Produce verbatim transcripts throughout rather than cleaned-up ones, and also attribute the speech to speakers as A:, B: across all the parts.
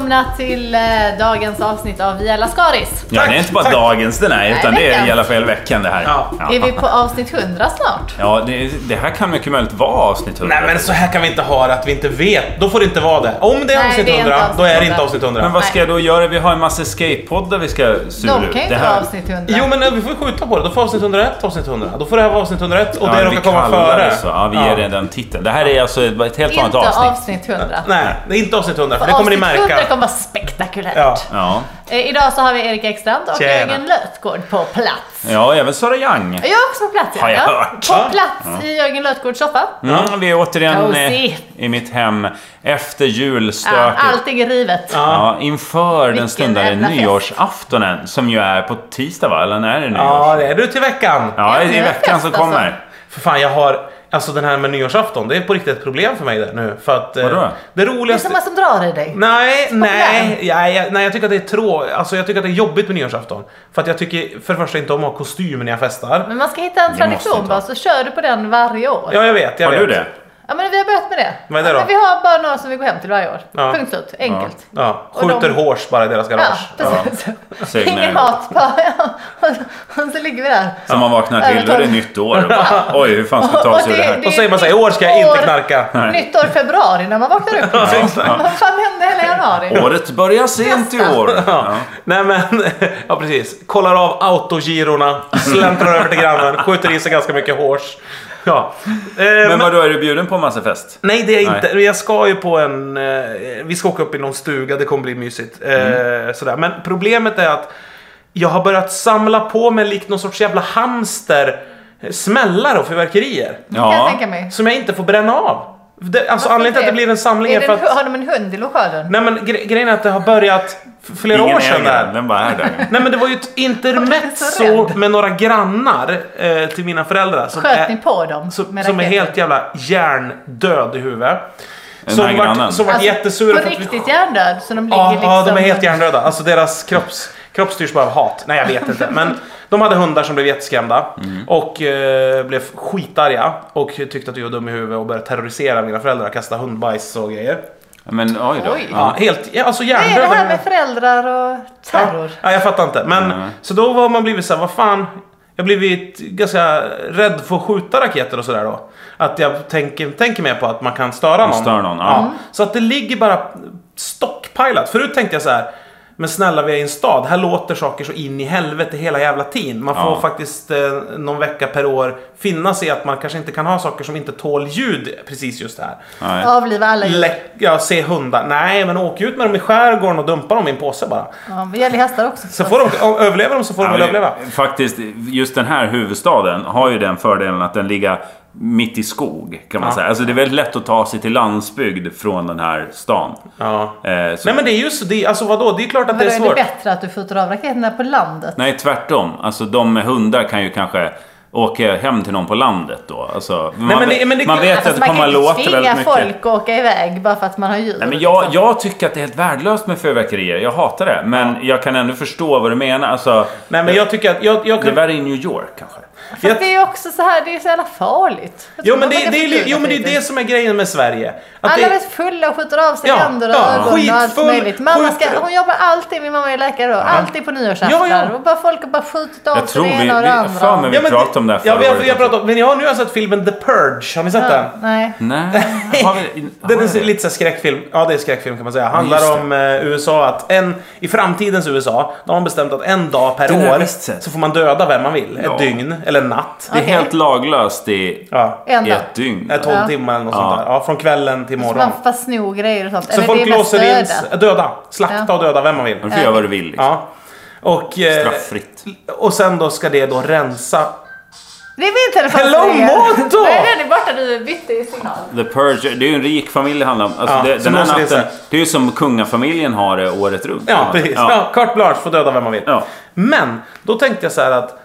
A: välkomna till eh, dagens avsnitt av Via Lascaris.
B: Ja, det är inte bara tack. dagens den här, utan Nej, det är i alla fall veckan det här.
A: Ja. Ja. Är vi på avsnitt hundra snart?
B: Ja, det, det här kan mycket möjligt vara avsnitt hundra.
C: Nej, men så här kan vi inte ha det, att vi inte vet. Då får det inte vara det. Om det är Nej, avsnitt hundra, är då är det inte avsnitt hundra.
B: Men vad ska jag då göra? Vi har en massa skatepoddar vi ska sura
A: ut. De kan ju inte vara avsnitt hundra.
C: Jo, men vi får skjuta på det. Då får avsnitt hundraett avsnitt hundra. Då får det här vara avsnitt hundraett och ja, det råkar komma före.
B: Så. Ja, vi ger det den titeln. Det här är alltså ett helt annat avsnitt.
A: Inte avsnitt hundra.
C: Nej, det är inte avsnitt hundra, för, för det kommer ni märka.
A: Avsnitt hundra kommer vara spektakulärt.
B: Ja. Ja.
A: Eh, idag så har vi Erik Ekstrand och
C: Tjena.
A: Jörgen Lötgård på plats.
B: Ja, även Sara Young.
A: Jag är också på plats.
B: Har jag
A: ja.
B: hört.
A: På plats ja. i Jörgen Lötgårds soffa.
B: Mm, vi är återigen eh, i mitt hem efter julstöket.
A: Ja, allting är rivet.
B: Ja, ja inför Vilken den stundande nyårsaftonen som ju är på tisdag, va? Eller när är det nyårs?
C: Ja, det är du till veckan.
B: Ja, i veckan som kommer.
A: Alltså.
C: För fan, jag har... Alltså den här med nyårsafton, det är på riktigt ett problem för mig där nu. För att,
B: Vadå?
C: Det roligaste...
A: Det är som som drar i dig.
C: Nej, nej, nej, nej, jag tycker att det är trå... Alltså jag tycker att det är jobbigt med nyårsafton. För att jag tycker för det första inte om att ha kostym när jag festar.
A: Men man ska hitta en tradition bara, så kör du på den varje år.
C: Ja, jag vet, jag
B: har
C: vet.
B: du det?
A: Ja, men vi har börjat med det.
C: Vad är det då?
A: Ja, men vi har bara några som vi går hem till varje år.
C: Ja.
A: Punkt slut, enkelt.
C: Ja, ja. Skjuter de... hårs bara i deras garage.
A: Ja, precis.
B: Ja.
A: Ingen mat, bara, ja. Och så ligger vi där.
B: Så man vaknar till, då är det nytt år. Bara, oj, hur fan ska vi ta oss ur det här?
C: Och så säger man så här, i år ska jag inte knarka.
A: Nej. Nytt år februari när man vaknar upp. Ja, ja. Vad fan hände hela januari?
B: Året börjar sent i år. Ja.
C: Ja. Nej men, ja precis. Kollar av autogirorna, släntrar över till grannen, skjuter i sig ganska mycket hårs. Ja. Eh,
B: men,
C: men
B: vad då är du bjuden på en massa fest?
C: Nej, det är inte. Nej. Jag ska ju på en... Eh, vi ska åka upp i någon stuga, det kommer bli mysigt. Eh, mm. sådär. Men problemet är att jag har börjat samla på mig likt någon sorts jävla hamster smällar och fyrverkerier.
A: Ja. Kan jag tänka mig.
C: Som jag inte får bränna av. Det, alltså anledningen till att det blir en samling är,
A: är
C: för att...
A: Har de en hund i lokalen?
C: Nej, men gre- grejen är att det har börjat för flera
B: Ingen
C: år sedan där.
B: Den bara är där.
C: Nej, men det var ju ett intermezzo med några grannar eh, till mina föräldrar. Som
A: Sköt
C: är,
A: ni på dem?
C: Som, som är helt jävla hjärndöd i huvudet. Som vart, som vart
A: alltså,
C: jättesura.
A: På riktigt vi... hjärndöd? Så de ligger
C: ja,
A: liksom...
C: ja, de är helt hjärndöda. Alltså deras kropps, kropp styrs bara av hat. Nej, jag vet inte. Men de hade hundar som blev jätteskrämda. Mm. Och eh, blev skitarga. Och tyckte att jag var dum i huvudet och började terrorisera mina föräldrar. Kasta hundbajs och grejer.
B: Men oj då.
A: Oj.
C: Ja, helt, ja, alltså hjärndöda.
A: Vad är det här med föräldrar och terror?
C: Ja, ja jag fattar inte. Men
B: mm.
C: så då var man blivit så här, vad fan. Jag har blivit ganska rädd för att skjuta raketer och sådär då. Att jag tänker, tänker mer på att man kan störa någon.
B: Stör någon, ja.
C: Ja. Så att det ligger bara stockpilat. Förut tänkte jag så här, men snälla, vi är i en stad. Här låter saker så in i helvete hela jävla tiden. Man får
B: ja.
C: faktiskt eh, någon vecka per år finna sig att man kanske inte kan ha saker som inte tål ljud precis just här.
B: Nej.
A: Avliva alla djur.
C: Lä- ja, se hundar. Nej, men åk ut med dem i skärgården och dumpa dem i en påse bara.
A: Ja, vi gäller hästar också.
C: Så får de, om överlever de så får
B: ja,
C: de väl överleva.
B: Faktiskt, just den här huvudstaden har ju den fördelen att den ligger mitt i skog, kan man
C: ja.
B: säga. Alltså det är väldigt lätt att ta sig till landsbygd från den här stan.
C: Ja.
B: Eh,
C: Nej, men det är just det. Alltså vadå? Det är klart att
A: men
C: det är svårt.
A: Är det bättre att du skjuter av raketerna på landet?
B: Nej, tvärtom. Alltså de med hundar kan ju kanske åka hem till någon på landet då. Alltså,
C: Nej,
B: man,
C: men det, men det,
B: man vet
A: alltså,
B: att det kommer att låta väldigt mycket.
A: Man kan inte tvinga folk att åka iväg bara för att man har djur.
B: Nej, men jag, jag tycker att det är helt värdelöst med fyrverkerier. Jag hatar det. Men jag kan ändå förstå vad du menar. Alltså,
C: Nej, men jag tycker att... Jag, jag kan...
B: Det är värre i New York kanske.
A: Fast jag... det är ju också så här, det är så jävla farligt.
C: Jo men det, det, är, jo, men det är det som är grejen med Sverige. Att
A: alla
C: det...
A: är fulla och skjuter av sig
C: ja,
A: händer och
C: ja,
A: ögon och allt möjligt. Mamma ska,
C: skjutfull.
A: hon jobbar alltid, min mamma är läkare då, ja. alltid på nyårsafton. Ja, ja. Och bara folk har bara skjutit av
B: jag
A: sig det
B: vi,
A: ena och det andra.
B: Jag tror vi, vi
C: ja,
B: pratade om det här
C: ja,
B: förra
C: vi, vi har pratat om, men jag har nu sett filmen The Purge. Har ni sett
A: ja,
C: den?
A: Nej.
B: Nej. Har vi, har
C: den är lite så skräckfilm. Ja, det är skräckfilm kan man säga. Handlar ja, om eh, U S A att en i framtidens U S A, då har man bestämt att en dag per år så får man döda vem man vill.
B: Ja.
C: Ett dygn eller en natt.
B: Det är okay. helt laglöst i
C: ja.
B: ett dygn.
C: tolv ja. timmar eller något ja. sånt där. Ja, från kvällen till morgon.
A: Så man får sno grejer och sånt.
C: Så
A: eller
C: folk
A: det är
C: låser in
A: döda.
C: döda. Slakta ja. och döda vem man vill.
B: Man får göra vad du vill. Liksom.
C: Ja. Och, eh,
B: straffritt.
C: Och sen då ska det då rensa.
A: Det är min telefon.
C: Hello Moto!
A: Nej, den är borta, du bytte i signal.
B: The Purge, det är ju en rik familj det handlar om. Alltså
C: ja,
B: det, den här natten,
C: det,
B: det är ju som kungafamiljen har det året runt.
C: Ja, precis. Ja. Ja, carte blanche, får döda vem man vill.
B: Ja.
C: Men, då tänkte jag så här att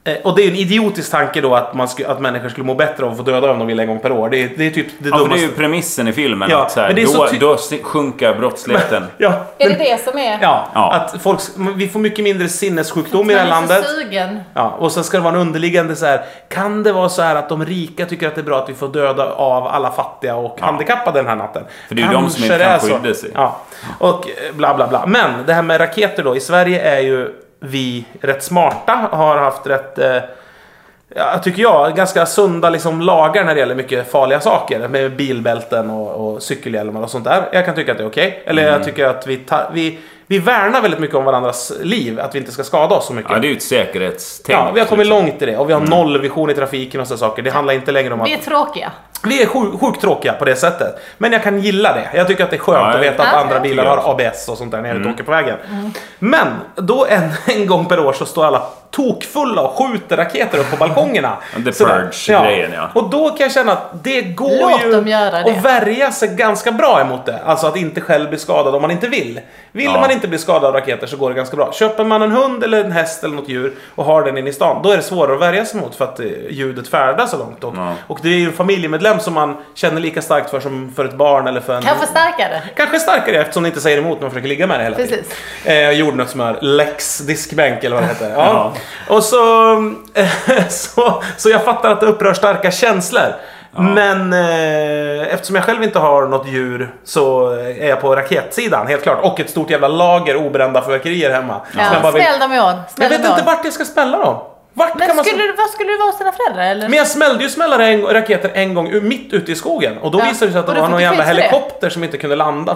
C: Och det är en idiotisk tanke då att, man sku, att människor skulle må bättre av att få döda om de vill en gång per år. Det är, det är typ det
B: ja,
C: dummaste.
B: för det är ju premissen i filmen.
C: Ja,
B: att så här,
C: men det är
B: då,
C: så ty-
B: då sjunker brottsligheten.
C: Ja,
A: är det det som är?
C: Ja,
B: Ja.
C: att folk, vi får mycket mindre sinnessjukdom i det här landet.
A: Sugen.
C: Ja, och sen ska det vara en underliggande så här. Kan det vara så här att de rika tycker att det är bra att vi får döda av alla fattiga och
B: Ja.
C: handikappade den här natten?
B: För det är ju de som inte
C: det
B: kan
C: är så.
B: skydda sig.
C: Ja, och bla bla bla. Men det här med raketer då. I Sverige är ju vi rätt smarta. Har haft rätt... Eh, ja, tycker jag, ganska sunda liksom, lagar när det gäller mycket farliga saker. Med bilbälten och, och cykelhjälmar och sånt där. Jag kan tycka att det är okej. Okay. Eller mm. jag tycker att vi, ta, vi, vi värnar väldigt mycket om varandras liv. Att vi inte ska skada oss så mycket.
B: Ja, det är ju ett säkerhetstänk.
C: Ja, vi har kommit
B: liksom.
C: långt i det. Och vi har mm. nollvision i trafiken och sådana saker. Det handlar inte längre om att...
A: Vi är tråkiga.
C: Vi är sjuk, sjukt tråkiga på det sättet. Men jag kan gilla det. Jag tycker att det är skönt ja, att veta att andra bilar har A B S och sånt där när jag mm. åker på vägen. Mm. Men då en, en gång per år så står alla tokfulla och skjuter raketer upp på balkongerna.
B: The Purge-grejen, ja.
C: Och då kan jag känna att det går
A: Låt
C: ju
A: dem göra det.
C: att värja sig ganska bra emot det. Alltså att inte själv bli skadad om man inte vill. Vill
B: ja.
C: man inte bli skadad av raketer så går det ganska bra. Köper man en hund eller en häst eller något djur och har den inne i stan, då är det svårare att värja sig mot för att ljudet färdas så långt. Och, ja. och det är ju en familjemedlem som man känner lika starkt för som för ett barn eller för en...
A: Kanske starkare.
C: Kanske starkare eftersom ni inte säger emot när man försöker ligga med det hela tiden.
A: Precis.
C: Eh, jordnötssmör, Lex diskbänk eller vad det heter. Ja. ja. Och så, eh, så... Så jag fattar att det upprör starka känslor. Ja. Men eh, eftersom jag själv inte har något djur så är jag på raketsidan, helt klart. Och ett stort jävla lager obrända fyrverkerier hemma.
A: Ja,
C: jag bara vill...
A: smäll dem i år.
C: Jag vet inte vart jag ska smälla dem. Vart
A: Men
C: kan man...
A: skulle, vad skulle det vara hos sina föräldrar? Eller?
C: Men jag smällde ju smällare en, raketer en gång mitt ute i skogen. Och då ja. visade det sig att det var någon jävla helikopter som inte kunde landa.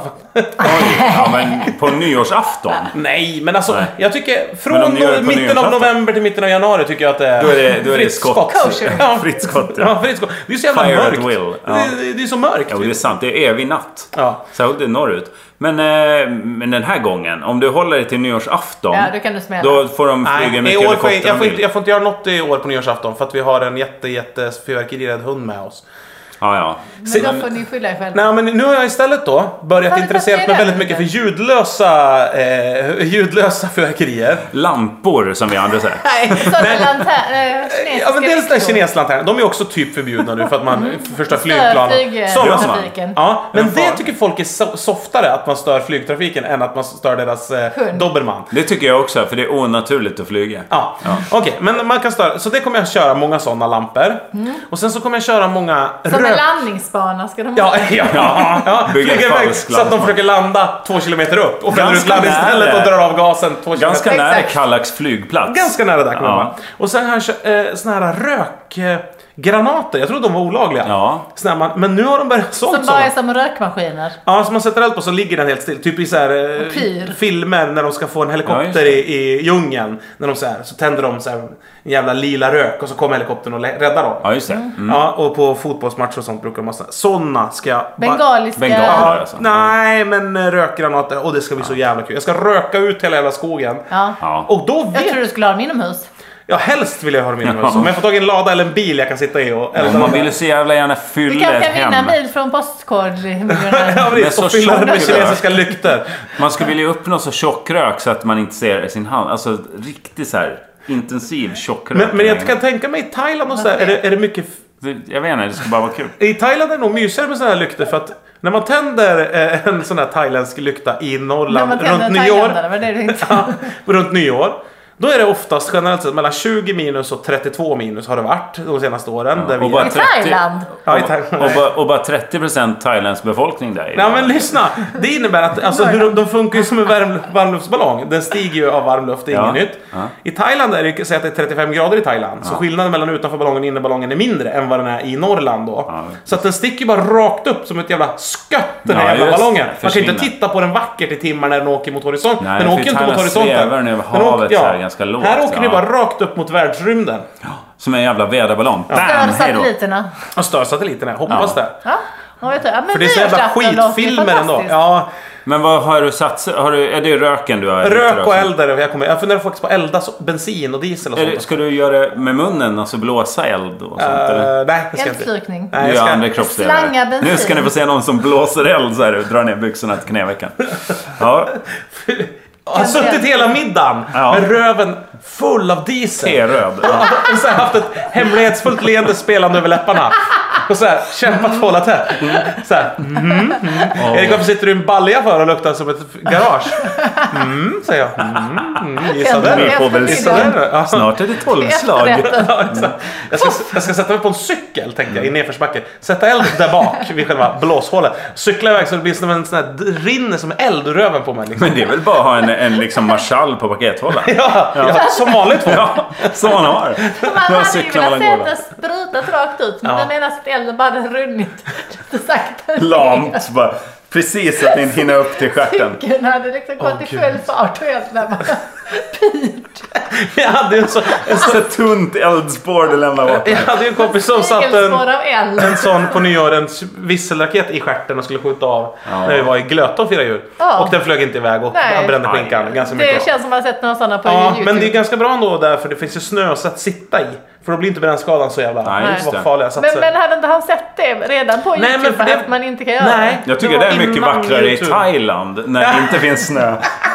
B: Ja, men på nyårsafton?
C: Nej, men alltså, Nej. jag tycker från
B: no,
C: mitten av november till mitten av januari tycker jag att det är...
B: Då är det, då är det skott.
C: Ja.
B: Fritt skott, ja.
C: ja fritt skott. Det är så jävla
B: Fire
C: mörkt.
B: Will. Ja.
C: Det, det är så mörkt.
B: Ja, det är sant. Det är evig natt.
C: Ja.
B: Särskilt det norrut. Men, eh, men den här gången, om du håller dig till nyårsafton,
A: ja, då kan du smälla.
B: Då får de flyga
C: Nej,
B: mycket
C: i år
B: helikopter
C: får jag, jag, får
B: vill.
C: inte, jag får inte göra något i år på nyårsafton för att vi har en jätte, jätte fyrverkerirädd hund med oss.
B: Ja, ja.
A: Men då får ni skylla er själva.
C: Nej, men nu har jag istället då börjat
A: Varför
C: intressera mig väldigt mycket för ljudlösa, eh, ljudlösa fyrverkerier.
B: Lampor som vi andra säger.
A: Nej, sådana lantern, äh,
C: ja, men dels den kineslanternen. De är också typ förbjudna nu för att man mm. förstör flygplan.
A: Flygtrafiken.
C: Ja, men det tycker folk är so- softare att man stör flygtrafiken än att man stör deras eh, dobermann.
B: Det tycker jag också, för det är onaturligt att flyga.
C: Ja, ja. Okej, okay, men man kan störa. Så det kommer jag köra många sådana lampor. Mm. Och sen så kommer jag köra många
A: Som en landningsbana ska de
C: ja, ja, ja, ja.
B: Bygga
C: iväg så att de försöker landa två kilometer upp och fäller ut landningsstället och drar av gasen två
B: Ganska
C: kilometer.
B: nära Kallax flygplats.
C: Ganska nära där kommer
B: ja.
C: man. Och sen har jag eh, såna här rök... Eh, granater, jag trodde de var olagliga.
B: Ja.
C: Snälla, men nu har de börjat sålt
A: som bara är som rökmaskiner.
C: Ja, som man sätter eld på så ligger den helt still. Typ i så här eh, filmer när de ska få en helikopter ja, i, i djungeln. När de så, här, så tänder de så här, en jävla lila rök och så kommer helikoptern och räddar dem.
B: Ja, just det. Mm.
C: Ja, och på fotbollsmatcher och sånt brukar de ha sådana ska jag...
A: Bengaliska...
B: Bengaler,
C: ja,
B: alltså.
C: Nej, men rökgranater. Och det ska bli ja. så jävla kul. Jag ska röka ut hela jävla skogen.
A: Ja.
B: Ja.
C: Och då vet...
A: Jag tror du skulle ha dem inomhus.
C: Ja, helst vill jag ha dem inomhus. Om jag får tag i en lada eller en bil jag kan sitta i och...
B: Ja, man vill ju så jävla gärna fylla
A: hem. Vi kan vinna
B: hem.
A: en bil från Postkod.
C: Ja, precis. Och fylla den med kinesiska lyktor.
B: Man skulle vilja uppnå så tjock rök så att man inte ser sin hand. Alltså riktigt så här intensiv tjock rök.
C: Men, men jag kan tänka mig i Thailand och så här, är det, är det mycket...
B: Jag vet inte, det ska bara vara kul.
C: I Thailand är det nog mysigare med sådana här lyktor för att när man tänder eh, en sån här thailändsk lykta i Norrland runt nyår,
A: var det du inte?
C: ja, runt nyår, då är det oftast generellt sett mellan tjugo minus och trettiotvå minus har det varit de senaste åren.
B: Ja,
C: där vi
B: och bara
A: I Thailand?
C: Ja, i Thailand.
B: Och, bara, och bara trettio procent Thailands befolkning där.
C: Nej, men lyssna. Det innebär att alltså, hur de, de funkar ju som en varm, varmluftsballong. Den stiger ju av varmluft, det är ja. inget nytt. Ja. I Thailand är det, säg att det är trettiofem grader i Thailand. Ja. Så skillnaden mellan utanför ballongen och inneballongen är mindre än vad den är i Norrland då. Ja. Så att den sticker bara rakt upp som ett jävla skött, den här ja, jävla ballongen. Man kan inte titta på den vackert i timmar när den åker mot horisont.
B: Nej,
C: den åker inte mot horisonten.
B: Den över havet ja. så här, ganska lågt.
C: Här åker ni bara rakt upp mot världsrymden.
B: Ja. Som en jävla väderballong.
A: Ja. Stör satelliterna.
C: Och stör satelliterna, hoppas
B: ja.
C: det.
A: Ja. Ja, vet du. Ja, men
C: för det är så jävla skitfilmer ändå. Ja.
B: Men vad har du satsat? Har du, är det röken du har?
C: Rök och eldar. Jag, kommer, jag funderar faktiskt på elda så, bensin och diesel och
B: är
C: sånt.
B: Det, ska du göra det med munnen? Alltså blåsa eld och sånt?
C: Uh,
B: eller?
C: Nej, det ska
A: eldflykning.
C: inte. Nej, jag ska
B: andra kroppsdelar. Nu ska ni få se någon som blåser eld så här och drar ner byxorna till knävecken. Ja.
C: har suttit hela middagen ja. med röven full av diesel.
B: T-röd.
C: Ja. Och så här haft ett hemlighetsfullt leende spelande över läpparna. Och så här, kämpat för att hålla tätt. Så här, mm, mm. Oh. Erik, varför sitter du i en balja för och luktar som ett garage? Mm, säger jag. Mm, mm, gissa det.
B: Ja. Snart är det tolvslag.
C: Ja, jag, ska, jag ska sätta mig på en cykel, tänkte jag, i nedförsbacke. Sätta eld där bak vid själva blåshålet. Cykla iväg så det blir som en sån här rinner som eld ur röven på mig. Liksom.
B: Men det är väl bara att ha en, en liksom marschall på pakethållaren.
C: Ja, ja. ja, som vanligt.
B: Ja, som man har.
A: Man hade ju velat se att det sprutat rakt ut. Men ja. den ena elden bara runnit lite sakta.
B: Lamt bara. Precis så att ni inte hinner upp till stjärten.
A: Cykeln hade liksom gått oh, i full fart och helt när man pyrt.
C: Jag hade en så, en så
B: tunt eldspår det lämnade bort.
C: Jag hade ju en kompis som satt en, en sån på nyår, en visselraket i stjärten och skulle skjuta av ja. när vi var i Glöta och fira jul. Oh. Och den flög inte iväg och han brände skinkan ganska
A: det
C: mycket.
A: Det känns som man har sett några sådana på
C: ja,
A: YouTube.
C: Men det är ganska bra ändå där, för det finns ju snö att sitta i. För då blir inte brännskadan så jävla
B: Nej,
C: farliga
A: men, men hade inte han sett det redan på YouTube? Nej, men det, att man inte kan göra
B: nej, det? Jag tycker det är mycket vackrare i Thailand när det inte finns snö.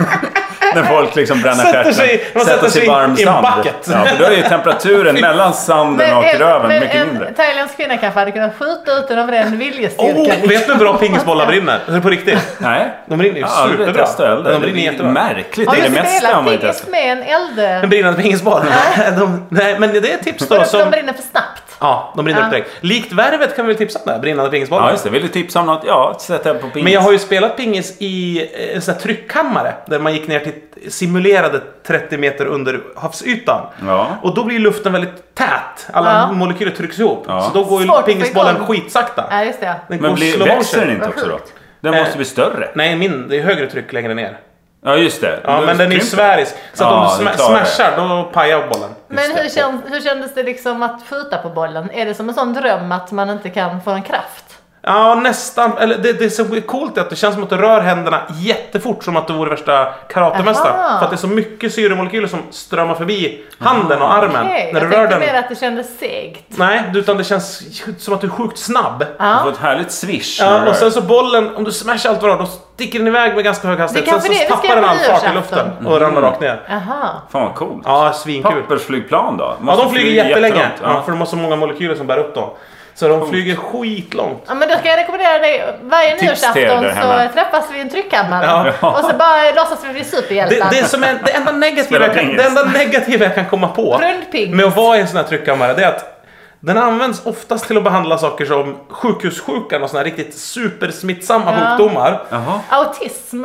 B: När folk liksom bränner stjärten. Sätter, sätter sig i varm sand. Ja, för då är ju temperaturen mellan sanden men, och röven men, mycket mindre.
A: En thailändsk kvinna kanske hade kunnat skjuta utan av ren viljestyrka.
C: Oh, vet du hur bra pingisbollar brinner? Är det på riktigt?
B: Nej.
C: De brinner ju
B: ja,
C: superbra.
B: De
C: de brinner jättebra.
B: Märkligt.
A: Har
B: det är
A: du
B: det mesta
A: spelat pingis med en eld?
C: En brinnande pingisboll? de, nej, men det är ett tips då.
A: Som... De brinner för snabbt.
C: Ja, de brinner ja. upp direkt. Likt värvet kan vi väl tipsa om det här, brinnande pingisbollar.
B: Ja, just det. Vill du tipsa om något? Ja, sätta på pingis.
C: Men jag har ju spelat pingis i en sån här tryckkammare där man gick ner till simulerade trettio meter under havsytan.
B: Ja.
C: Och då blir luften väldigt tät. Alla ja. molekyler trycks ihop. Ja. Så då går ju pingisbollen skitsakta.
A: Ja, just det.
C: Den
B: men blir, växer den inte också då? Den måste bli större.
C: Nej, min, det är högre tryck längre ner.
B: Ja, just det.
C: Ja, men den är ju sfärisk. Så att ja, om du sm- smashar, då pajar bollen.
A: Men hur, känd, hur kändes det liksom att skjuta på bollen? Är det som en sån dröm att man inte kan få en kraft?
C: Ja, nästan. Eller det, det är så coolt att det känns som att du rör händerna jättefort, som att du vore värsta karatemästare. För att det är så mycket syremolekyler som strömmar förbi handen och armen.
A: Okay.
C: När du
A: jag
C: rör den.
A: mer att det kändes segt.
C: Nej, utan det känns som att du är sjukt snabb.
B: Ja. Du får ett härligt swish.
C: Ja, och sen så bollen, om du smashar allt vad du har, då sticker den iväg med ganska hög hastighet. Sen så det, tappar den all fart i luften och mm. ramlar rakt ner.
A: Aha.
B: Fan vad coolt.
C: Ja, svinkul.
B: Pappersflygplan då?
C: Måste ja, de flyger jättelänge. Ja. Ja, för de har så många molekyler som bär upp dem. Så de flyger skitlångt.
A: Ja, men då ska jag rekommendera dig. Varje nyårsafton så träffas vi i en tryckkammare. Ja. Och så bara låtsas vi bli superhjältar.
C: Det, det, som är, det, enda negativa jag kan, det enda negativa jag kan komma på med att vara i en sån här tryckkammare, det är att den används oftast till att behandla saker som sjukhussjukan och såna här riktigt supersmittsamma ja. sjukdomar.
B: Jaha.
A: Autism.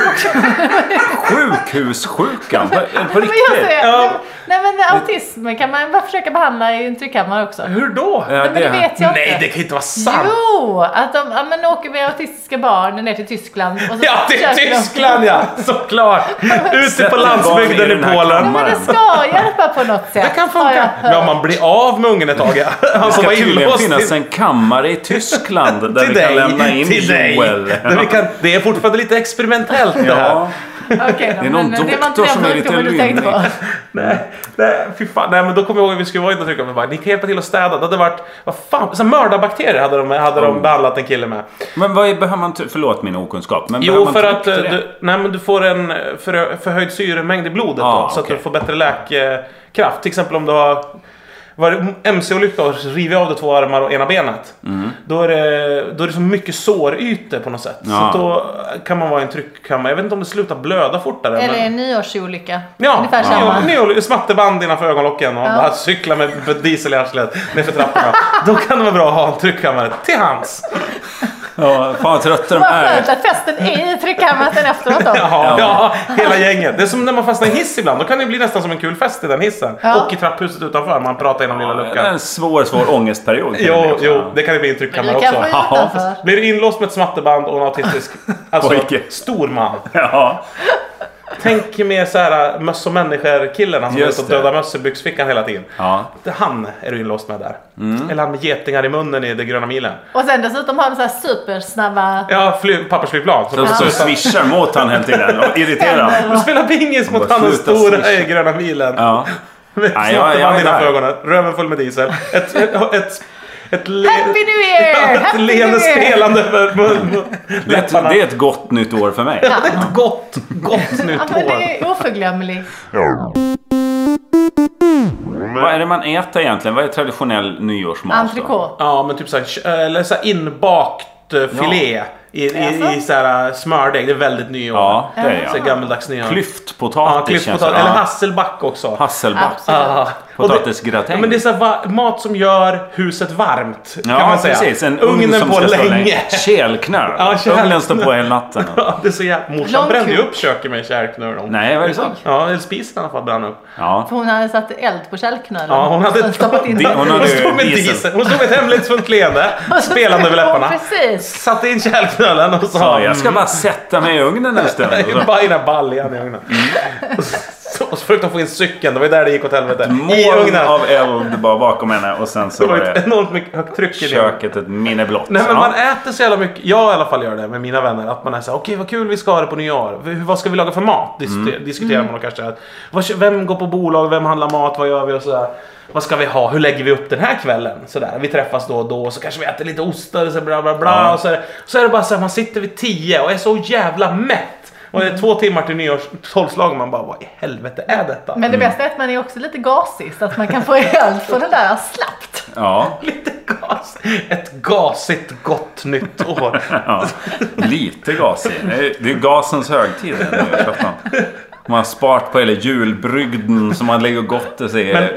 B: Sjukhussjukan? På riktigt?
A: Ja. Nej, men autism kan man bara försöka behandla i en tryckkammare också.
C: Hur då?
A: Ja, men det vet jag
C: Nej,
A: inte.
C: det kan inte vara sant.
A: Jo, att de ja, men åker med autistiska barn ner till Tyskland. Och så
C: ja, till Tyskland, de... ja. Såklart. Ute på landsbygden i Polen.
A: Men det ska hjälpa på något sätt.
C: Det kan funka. Ja, man blir av med ungen ett tag.
B: Han ska tydligen finnas till... en kammare i Tyskland där vi kan lämna in Joel.
C: Vi kan... Det är fortfarande lite experimentellt det här.
B: Ja.
A: Okay,
B: det är någon doktor som är lite lynnig.
C: nej, nej, fy fan. Nej, men då kommer jag ihåg att vi skulle vara inne och trycka med bara, ni kan hjälpa till att städa. Det hade varit, vad fan, så mördarbakterier hade de, hade mm. de behandlat en kille med.
B: Men vad är, behöver man, t- förlåt min okunskap. Men
C: jo, för att du, nej, men du får en för, förhöjd syremängd i blodet ah, då, så okay. att du får bättre läkkraft. Till exempel om du har var M C-olycka och rivit av det två armar och ena benet. Mm. Då är det då är det så mycket sårytor på något sätt. Ja. Så då kan man vara i en tryckkammare. Jag vet inte om det slutar blöda fortare.
A: Eller
C: men...
A: en nyårsolycka.
C: Ja,
A: ungefär samma.
C: Nyo, smatterband innanför ögonlocken och ja. bara cykla med diesel i arslet nerför trapporna. Då kan det vara bra att ha en tryckkammare till hands.
B: Ja, fan trött de
A: är.
B: Vad
A: skönt att festen är i tryckkammaren efteråt då.
C: Ja, ja, hela gänget. Det är som när man fastnar i hiss ibland. Då kan det bli nästan som en kul fest i den hissen. Ja. Och i trapphuset utanför. Man pratar genom lilla luckan.
B: Det är en svår, svår ångestperiod.
C: Jo, jo, det kan det bli en tryckkammare också.
A: Ja.
C: Blir du inlåst med ett smatterband och en autistisk alltså stor man.
B: Ja.
C: Tänk med så här möss och människor-killarna som är och dödar möss i byxfickan hela tiden.
B: Ja.
C: Han är du inlåst med där. Mm. Eller han med getingar i munnen i det gröna milen.
A: Och sen dessutom har de så här supersnabba...
C: Ja, fly- pappersflygplan.
B: Så, så, så swishar mot han hela tiden och irriterar.
C: Du spelar pingis mot han och stora i gröna milen.
B: Ja.
C: Med smatterband innanför ögonen. Röven full med diesel. Ett... ett, ett ett le-
A: Happy New Year!
C: Ett leende spelande för mun.
B: Det är, ett, det är ett gott nytt år för mig.
C: Ja, det är ett gott, gott nytt
A: ja, men
C: år.
A: det är oförglömligt.
B: Vad är det man äter egentligen? Vad är traditionell nyårsmat?
A: Entrecote.
C: Ja, men typ så här, eller så här inbakt filé. Ja. I, i, i såhär smördeg, det är väldigt nyår.
B: Ja, det är
C: så gammeldags nyår.
B: Klyftpotatis,
C: ja, klyftpotatis. Eller hasselback också.
B: Hasselback.
C: Ja.
B: Potatisgratäng.
C: Ja, men det är så va- mat som gör huset varmt.
B: Ja,
C: kan man säga.
B: Precis. En
C: ugnen
B: som
C: på
B: ska
C: länge.
B: länge. Kälknör.
C: Ja, kälknör.
B: Ugnen står på hela natten.
C: Ja, det är så jävla... Morsan brände ju upp köket med kälknör.
B: Nej, var det så?
C: Ja, eller spisen i alla fall brann upp.
B: Ja.
A: För hon hade satt eld på kälknölen.
C: Ja, hon hade
A: stoppat in.
B: Di- hon hade
C: Hon stod med
B: diesel.
C: diesel. Hon stod med ett hemlighetsfullt leende. Spelande över läpparna.
A: Precis.
C: Satte in kälknölen och sa...
B: Ja, jag ska bara sätta mig i ugnen en stund.
C: Bara in den baljan i ugnen. Så, och så försökte hon få in cykeln. Det var där det gick åt helvete. I
B: Moln
C: ugnen.
B: av eld bara bakom henne. Och sen så
C: Det var
B: var
C: ett
B: det
C: enormt mycket högt tryck i det.
B: köket ett minne blått.
C: Nej, men
B: Ja.
C: man äter så jävla mycket. Jag i alla fall gör det med mina vänner. Att man är såhär, okej vad kul vi ska ha det på nyår. Hur- Vad ska vi laga för mat? Dis-
B: Mm.
C: Diskuterar man och kanske. Att, vad, vem går på bolag? Vem handlar mat? Vad gör vi? Och sådär. Vad ska vi ha? Hur lägger vi upp den här kvällen? Sådär. Vi träffas då och då. Och så kanske vi äter lite ostar. Och så bla bla bla.
B: Ja.
C: Och så, är det, så är det bara så här, man sitter vid tio och är så jävla mätt. Och det är två timmar till nyårs tolvslag och man bara, vad i helvete är detta?
A: Men det bästa är att man är också lite gasig så att man kan få eld för den där slappt.
B: Ja.
C: Lite gas. Ett gasigt gott nytt år.
B: Ja, lite gasig. Det är- Det är gasens högtid nu, man har spart på hela julbrygden som man lägger och gottar sig.
C: Men-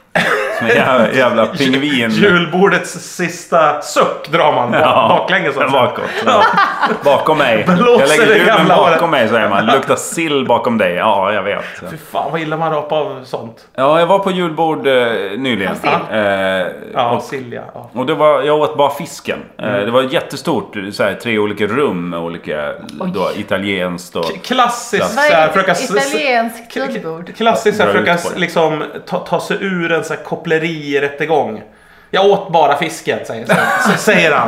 B: Som en jävla, jävla pingvin.
C: Julbordets sista suck drar man bak,
B: Ja,
C: baklänges. Så att säga.
B: bakåt. Ja. Bakom mig.
C: Blåser
B: Jag lägger
C: det
B: julen
C: gamla
B: bakom
C: året.
B: mig, säger man. Luktar sill bakom dig. Ja, jag vet.
C: Fy fan vad illa man rapar av sånt.
B: Ja, jag var på julbord eh, nyligen.
A: Ja, sill.
B: Eh,
C: Ja,
B: och,
C: Silja. Ja.
B: och det var, jag åt bara fisken. Eh, det var jättestort. Så här, tre olika rum med olika då, italienskt och...
C: Klassiskt
A: Vad
C: så här,
A: är
C: försöka...
A: det? Italienskt kryddbord.
C: Klassiskt så här,
B: Dra ut
C: försöka
B: på det.
C: liksom ta, ta sig ur en så här kopplerirättegång. Jag åt bara fisken, säger, så, säger han.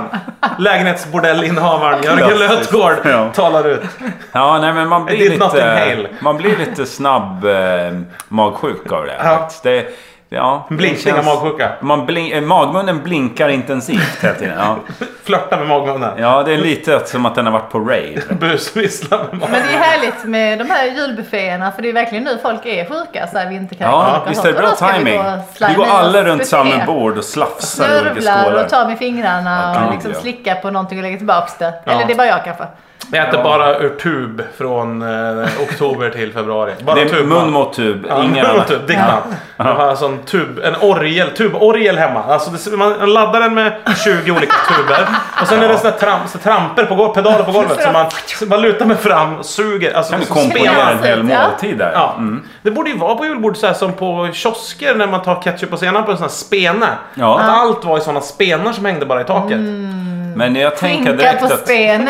C: Lägenhetsbordellinnehavaren Jörgen
B: Klassiskt.
C: Lötgård
B: Ja.
C: talar ut.
B: Ja, nej men man blir
C: It did not
B: lite...
C: inhale.
B: Man blir lite snabb eh, magsjuk av det.
C: Ja.
B: Faktiskt. Det, ja, det
C: Blinkning av magsjuka.
B: Man blin, eh, magmunnen blinkar intensivt hela tiden. Ja.
C: Flörta med magmunnen.
B: ja, det är lite som att den har varit på rave.
C: Busvissla med magmunnen.
A: Men det är härligt med de här julbufféerna för det är verkligen nu folk är sjuka så här vi inte kan
B: Ja,
A: åka
B: visst
A: och
B: är det bra
A: sånt. Och då ska
B: timing.
A: gå och
B: Vi
A: slime
B: går
A: i
B: alla
A: oss
B: runt
A: buffé.
B: samma bord och slafsar i olika
A: Snörvlar
B: skålar.
A: och tar med fingrarna
B: Ja,
A: och
B: gud,
A: liksom
B: ja.
A: slickar på någonting och lägger tillbaka det.
C: Ja.
A: Eller det är bara jag kanske.
C: Jag äter bara ur tub från eh, oktober till februari. Bara
B: Det är
C: tub.
B: mun mot tub.
C: Ja,
B: Inga
C: mun mot tub, Dickman. Jag har alltså en tub, en orgel, tuborgel hemma. Alltså det, man laddar den med tjugo olika tuber. Och sen är det såna tramp, så tramper på golvet, pedaler på golvet. Så man, så man lutar mig fram och suger. Alltså,
B: Kan du
C: så
B: komponera
C: spelar-
B: en hel
A: Ja.
B: måltid där?
C: Ja.
B: Mm.
C: Det borde ju vara på julbord så här som på kiosker när man tar ketchup och senap på en sån här spene.
B: Ja.
C: Att allt var i såna spenar som hängde bara i taket.
B: Men jag tänker
A: Skinka
B: direkt
A: på
B: att
A: spenen.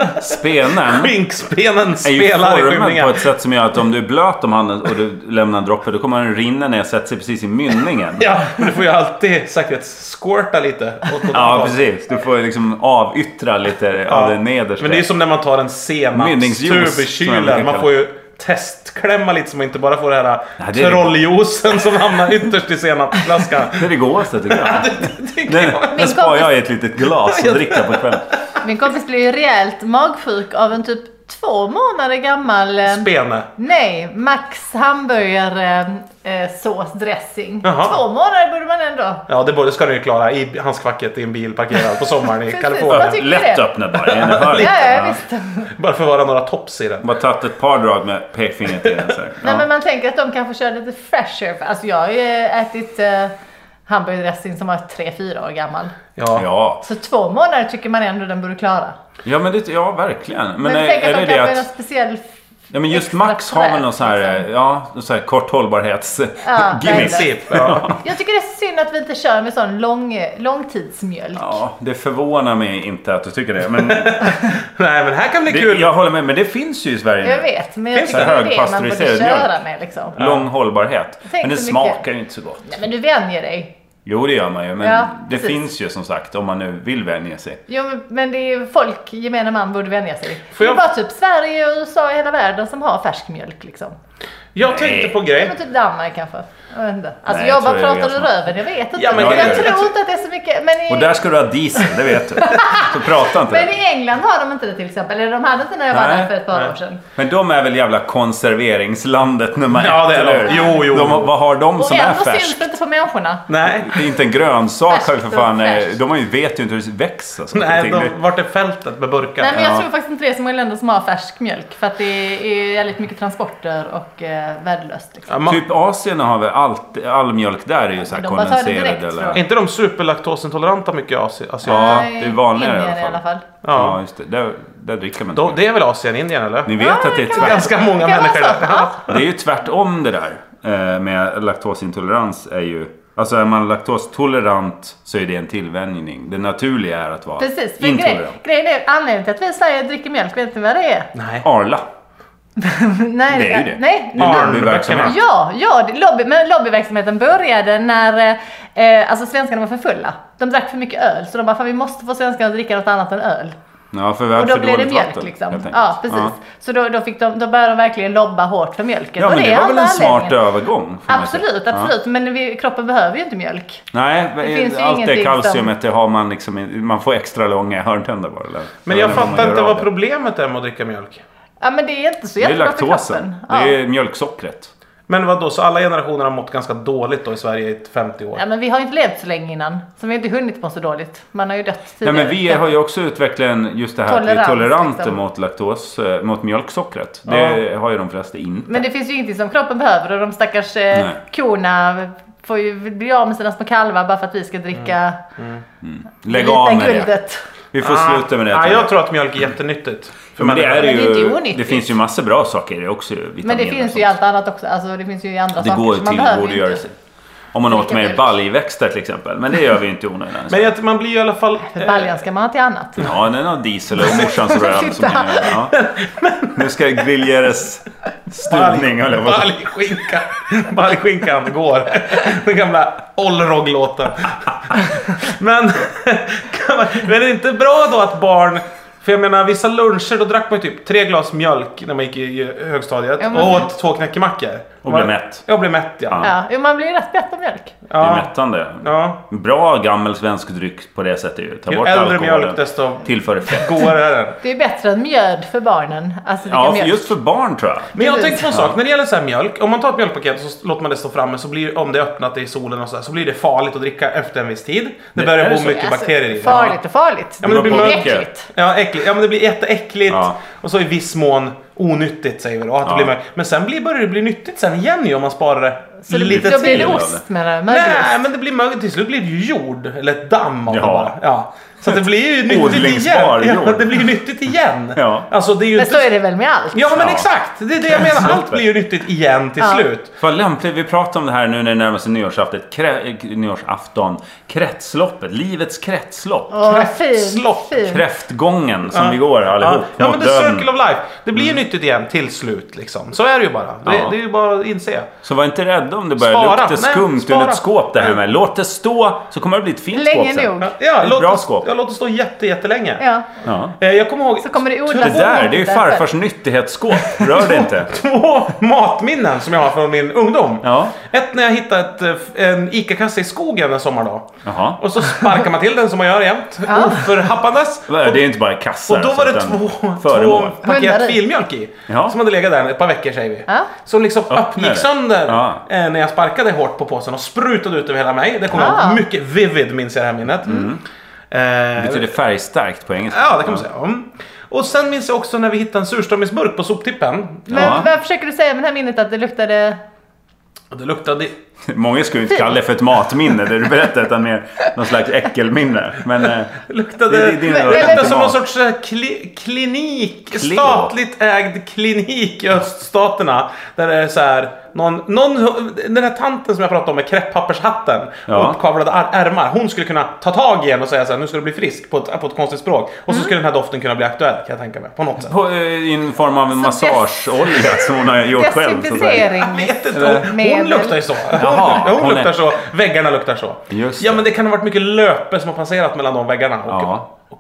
B: spenen
C: Skinkspenen
B: är ju
C: spelar i
B: formad
C: skymningen.
B: på ett sätt som gör att om du är blöt om handen och du lämnar en droppe, då kommer den rinna ner och sätta sig precis i mynningen.
C: Ja, men du får ju alltid säkerhetssquirta lite. åt- åt
B: Ja,
C: håll.
B: precis. Du får liksom avyttra lite av det nedersta.
C: Men det är ju som när man tar en
B: Mynningsjuice,
C: senapstub i
B: som jag brukar
C: kylen. Man
B: kalla
C: får ju testklämma lite så man inte bara får det här
B: Ja, det är det.
C: trolljuicen som hamnar ytterst i senapsflaskan.
B: Det är det godaste tycker jag.
C: Tycker
B: Den,
C: jag.
B: den sparar jag i ett litet glas och dricker på kvällen.
A: Min kompis blev ju rejält magsjuk av en typ två månader gammal... eh,
C: Spene.
A: Nej, Max hamburgare eh, såsdressing.
C: Jaha.
A: Två månader borde man ändå.
C: Ja, det borde ska du ju klara i handskfacket i en bil parkerad på sommaren i
A: Precis.
C: Kalifornien.
A: Vad tycker
B: Lätt
A: det?
B: öppna bara. En hörn.
A: Ja, ja, visst.
C: Bara för att vara några tops i den.
B: Bara tagit ett par drag med pekfingret i den. Så här.
A: Nej,
B: Ja.
A: men man tänker att de kanske kör lite fresher. Alltså jag har ju ätit eh, hamburgardressing som var tre fyra år gammal.
C: Ja.
B: Ja.
A: Så två månader tycker man ändå den borde klara.
B: Ja, men det, ja, verkligen. Men,
A: Men,
B: är,
A: tänk
B: är
A: att
B: det
A: de
B: det
A: kanske är någon
B: att...
A: speciell...
B: Ja, men just
A: extra
B: Max har väl någon sån här,
A: liksom.
B: ja, någon sån här kort hållbarhets
A: Ja,
B: gimmick.
C: Princip. Ja.
A: Jag tycker det är synd att vi inte kör med sån lång, långtidsmjölk.
B: Ja, det förvånar mig inte att du tycker det. Men
C: Nej, men här kan bli
B: det,
C: kul.
B: jag håller med, men det finns ju i Sverige
A: Jag
B: nu.
A: vet, men jag
C: Finns
A: tycker
B: det
A: det är det man borde
B: högpasteuriserad
A: köra
B: mjölk?
A: med liksom.
B: Lång hållbarhet.
A: Tänk
B: Men det
A: så
B: smakar
A: mycket.
B: ju inte så gott.
A: Nej, men du vänjer dig.
B: Jo, det gör man ju. Men
A: Ja,
B: det
A: precis.
B: finns ju som sagt, om man nu vill vänja sig.
A: Jo, men- men det är ju folk, gemene man, borde vänja sig.
C: Får
A: Det är
C: jag-
A: bara typ Sverige och U S A i hela världen som har färsk mjölk liksom.
C: Jag
B: Nej.
C: tänkte på grej.
A: Men typ Danmark kanske. Jag vet inte. Alltså Nej, jag bara pratar ur röven, jag vet inte. Ja, men jag, jag tror inte att det är så mycket. Men i...
B: Och där ska du ha diesel, det vet du. Så prata inte.
A: Men i England har de inte det till exempel. Eller de hade inte när jag var där för ett par Nej. år sedan.
B: Men de är väl jävla konserveringslandet nummer ett.
C: Ja, det är de. Jo, jo.
B: De, vad har de
A: och
B: som är färskt?
A: Och ändå syns det inte på människorna.
C: Nej.
B: Det är inte en grönsak för fan. De har ju, vet ju inte hur det växer.
C: Nej, de, vart är fältet med burkar?
A: Nej, men jag ja. tror faktiskt inte det är så många länder som har färsk mjölk. För att det är väldigt mycket transporter och eh, värdelöst. Liksom.
B: Ja, typ Asien har väl allt, all mjölk där är ju så här kondenserad. Eller...
C: Är inte de superlaktosintoleranta mycket Asien?
B: Ja, det är vanligare
A: i alla fall.
B: I alla fall. Ja, ja just det. Där, där dricker man
C: Då, det är väl Asien, Indien eller?
B: Ni vet
A: ja,
B: att det är
C: tvärtom. Ganska många människor där.
A: Ja.
B: Det är ju tvärtom det där med laktosintolerans är ju... Alltså är man laktostolerant så är det en tillvänjning. Det naturliga är att vara
A: Precis, för
B: intolerant.
A: Grejen är anledningen till att vi i Sverige dricker mjölk. Vet ni vad det är?
C: Nej.
B: Arla.
A: Nej,
B: det är ju det.
A: Nej,
B: det är lobbyverksamhet.
A: Ja, ja lobby, men lobbyverksamheten började när eh, alltså svenskarna var för fulla. De drack för mycket öl. Så de bara, fan, vi måste få svenskarna att dricka något annat än öl.
B: Ja, för
A: och då blev det mjölk vatten, liksom. Ja, precis. Ja. Så då, då, fick de, då började de verkligen lobba hårt för mjölken.
B: Ja, men
A: och
B: det,
A: det
B: var väl en smart övergång?
A: Absolut, absolut. Ja. Men vi, kroppen behöver ju inte mjölk.
B: Nej, det allt det kalciumet det har man liksom, man får extra långa hörntänder bara. Eller?
C: Men jag fattar inte vad problemet är med att dricka mjölk.
A: Ja, men det är inte så jättebra för kroppen.
B: Det är ja. mjölksockret.
C: Men vad då, så alla generationer har mått ganska dåligt då i Sverige i femtio år?
A: Ja, men vi har inte levt så länge innan. Så vi har inte hunnit må så dåligt. Man har ju dött tidigare.
B: Nej, men vi har ju också utvecklat just det här Tolerans, att vi är toleranta liksom. mot laktos, mot mjölksockret. Det ja. har ju de flesta inte.
A: Men det finns ju ingenting som kroppen behöver. Och de stackars eh, korna får ju bli av med sina små kalvar bara för att vi ska dricka
B: mm. Mm. Mm. Lägg av med guldet. Det. Vi får ah. sluta med det.
C: Ah, jag tror att mjölk är jättenyttigt.
B: För men det, är ju, men det, är det finns ju massor bra saker i det också.
A: Men det finns ju i allt annat också. Alltså, det finns ju i andra
B: det
A: saker
B: går
A: som
B: till
A: man behöver
B: göra sig. Om man åt mer baljväxter till exempel. Men det gör vi inte onödigt.
C: Men att man blir i alla fall...
A: För baljan ska man ha till annat.
B: Ja, den har diesel och morsans röv. Som ja. Nu ska grilleras stuvning.
C: Baljskinka. Baljskinkan går. Den gamla Olrog-låten. Men, men är det inte bra då att barn... För jag menar, vissa luncher då drack man typ tre glas mjölk när man gick i högstadiet. Ja, och åt två knäckemackor.
B: Och blev mätt.
C: Jag blev mätt, ja.
A: Ja, ja man blir ju rätt mätt av mjölk.
B: Ja. Det är mättande. Ja. Bra gammal svensk dryck på det sättet ju. Ta bort
C: äldre mjölk desto
B: tillför fett.
C: Godare är det.
A: Det är bättre än mjöd för barnen. Alltså,
B: ja, för
A: mjölk.
B: just för barn tror jag.
C: Men jag tänkte på en sak. Ja. När det gäller så här mjölk. Om man tar ett mjölkpaket och så låter man det stå framme. Så blir, om det är öppnat i solen och så här, så blir det farligt att dricka efter en viss tid. Det, det börjar bo mycket alltså, bakterier i.
A: Farligt och farligt.
C: Ja, men det blir
A: äckligt.
C: Ja, äckligt. Ja, men det blir jätteäckligt. Ja. Och så i viss mån onyttigt säger vi då. Att ja. det blir, men sen blir, börjar det bli nyttigt sen igen ju om man sparar det.
A: Så det lite blir, blir det ost med det?
C: Nej, men det blir mögel. Till slut blir det ju jord. Eller ett damm av ja. det bara. Ja. Så det blir ju nyttigt igen. Ja, det blir ju nyttigt igen. Ja. Alltså, det är ju
A: men
C: inte...
A: så är det väl med allt?
C: Ja, men ja. exakt. Det är det jag menar. Allt blir ju nyttigt igen till ja. slut.
B: För lämpligt, vi pratar om det här nu när det närmar sig nyårsafton. Krä... Nyårsafton. Kretsloppet. Livets kretslopp.
A: Åh,
C: kretslopp.
A: Fin, fin.
B: Kräftgången som ja. vi går allihop.
C: Ja, ja men det är circle of life. Det blir ju mm. nyttigt igen till slut liksom. Så är det ju bara. Det, ja. det är ju bara att inse.
B: Så var inte rädd om det börjar spara. lukta skumt ur ett skåp det här med. Låt det stå så kommer det bli ett fint
A: länge
B: skåp
A: nog.
B: sen.
C: Ja,
B: ett
C: låt
B: bra
C: det,
B: skåp.
C: Ja, låt det stå jätte, jättelänge.
A: Ja.
C: Ja. Jag kommer ihåg...
A: Så kommer det odlas.
B: Det där, det är ju farfars nyttighetsskåp. Rör det inte.
C: Två matminnen som jag har från min ungdom.
B: Ja.
C: Ett när jag hittade ett, en Ica-kasse i skogen en sommardag.
B: Jaha.
C: Och så sparkar man till den som man gör jämt. Ja. Oförhappandes.
B: Det är inte bara kassar.
C: Och då var det två, två paket filmjölk i. Ja. Som hade legat där ett par veckor säger vi. Ja. Som liksom uppgick sönder ja. när jag sparkade hårt på påsen och sprutade ut över hela mig. Det kommer ja. mycket vivid minns jag det här minnet. Mm.
B: Det betyder färgstarkt på engelska.
C: Ja, det kan man säga. Mm. Och sen minns jag också när vi hittade en surströmmingsburk på soptippen.
A: Men ja. vad försöker du säga med det här minnet att det luktade...
C: Det luktade...
B: Många skulle inte kalla det för ett matminne. Det du berättar utan mer någon slags äckelminne. Men
C: det luktade, det, det, det, det luktade som någon sorts kli, klinik. Kleo. Statligt ägd klinik i öststaterna. Där det är så här... Någon, någon, den här tanten som jag pratade om med kreppappershatten ja. och uppkavlade ärmar. Hon skulle kunna ta tag i en och säga så här, nu ska du bli frisk på ett, på ett konstigt språk. Och mm. så skulle den här doften kunna bli aktuell, kan jag tänka mig. På något sätt.
B: På, I en form av en massageolja som hon har gjort själv.
A: Desinficering.
C: Jag vet inte. Hon, hon luktar ju så. Jaha, hon, hon luktar är... så. Väggarna luktar så.
B: Just
C: ja, men det kan ha varit mycket löpe som har passerat mellan de väggarna. Och,
B: ja.
C: och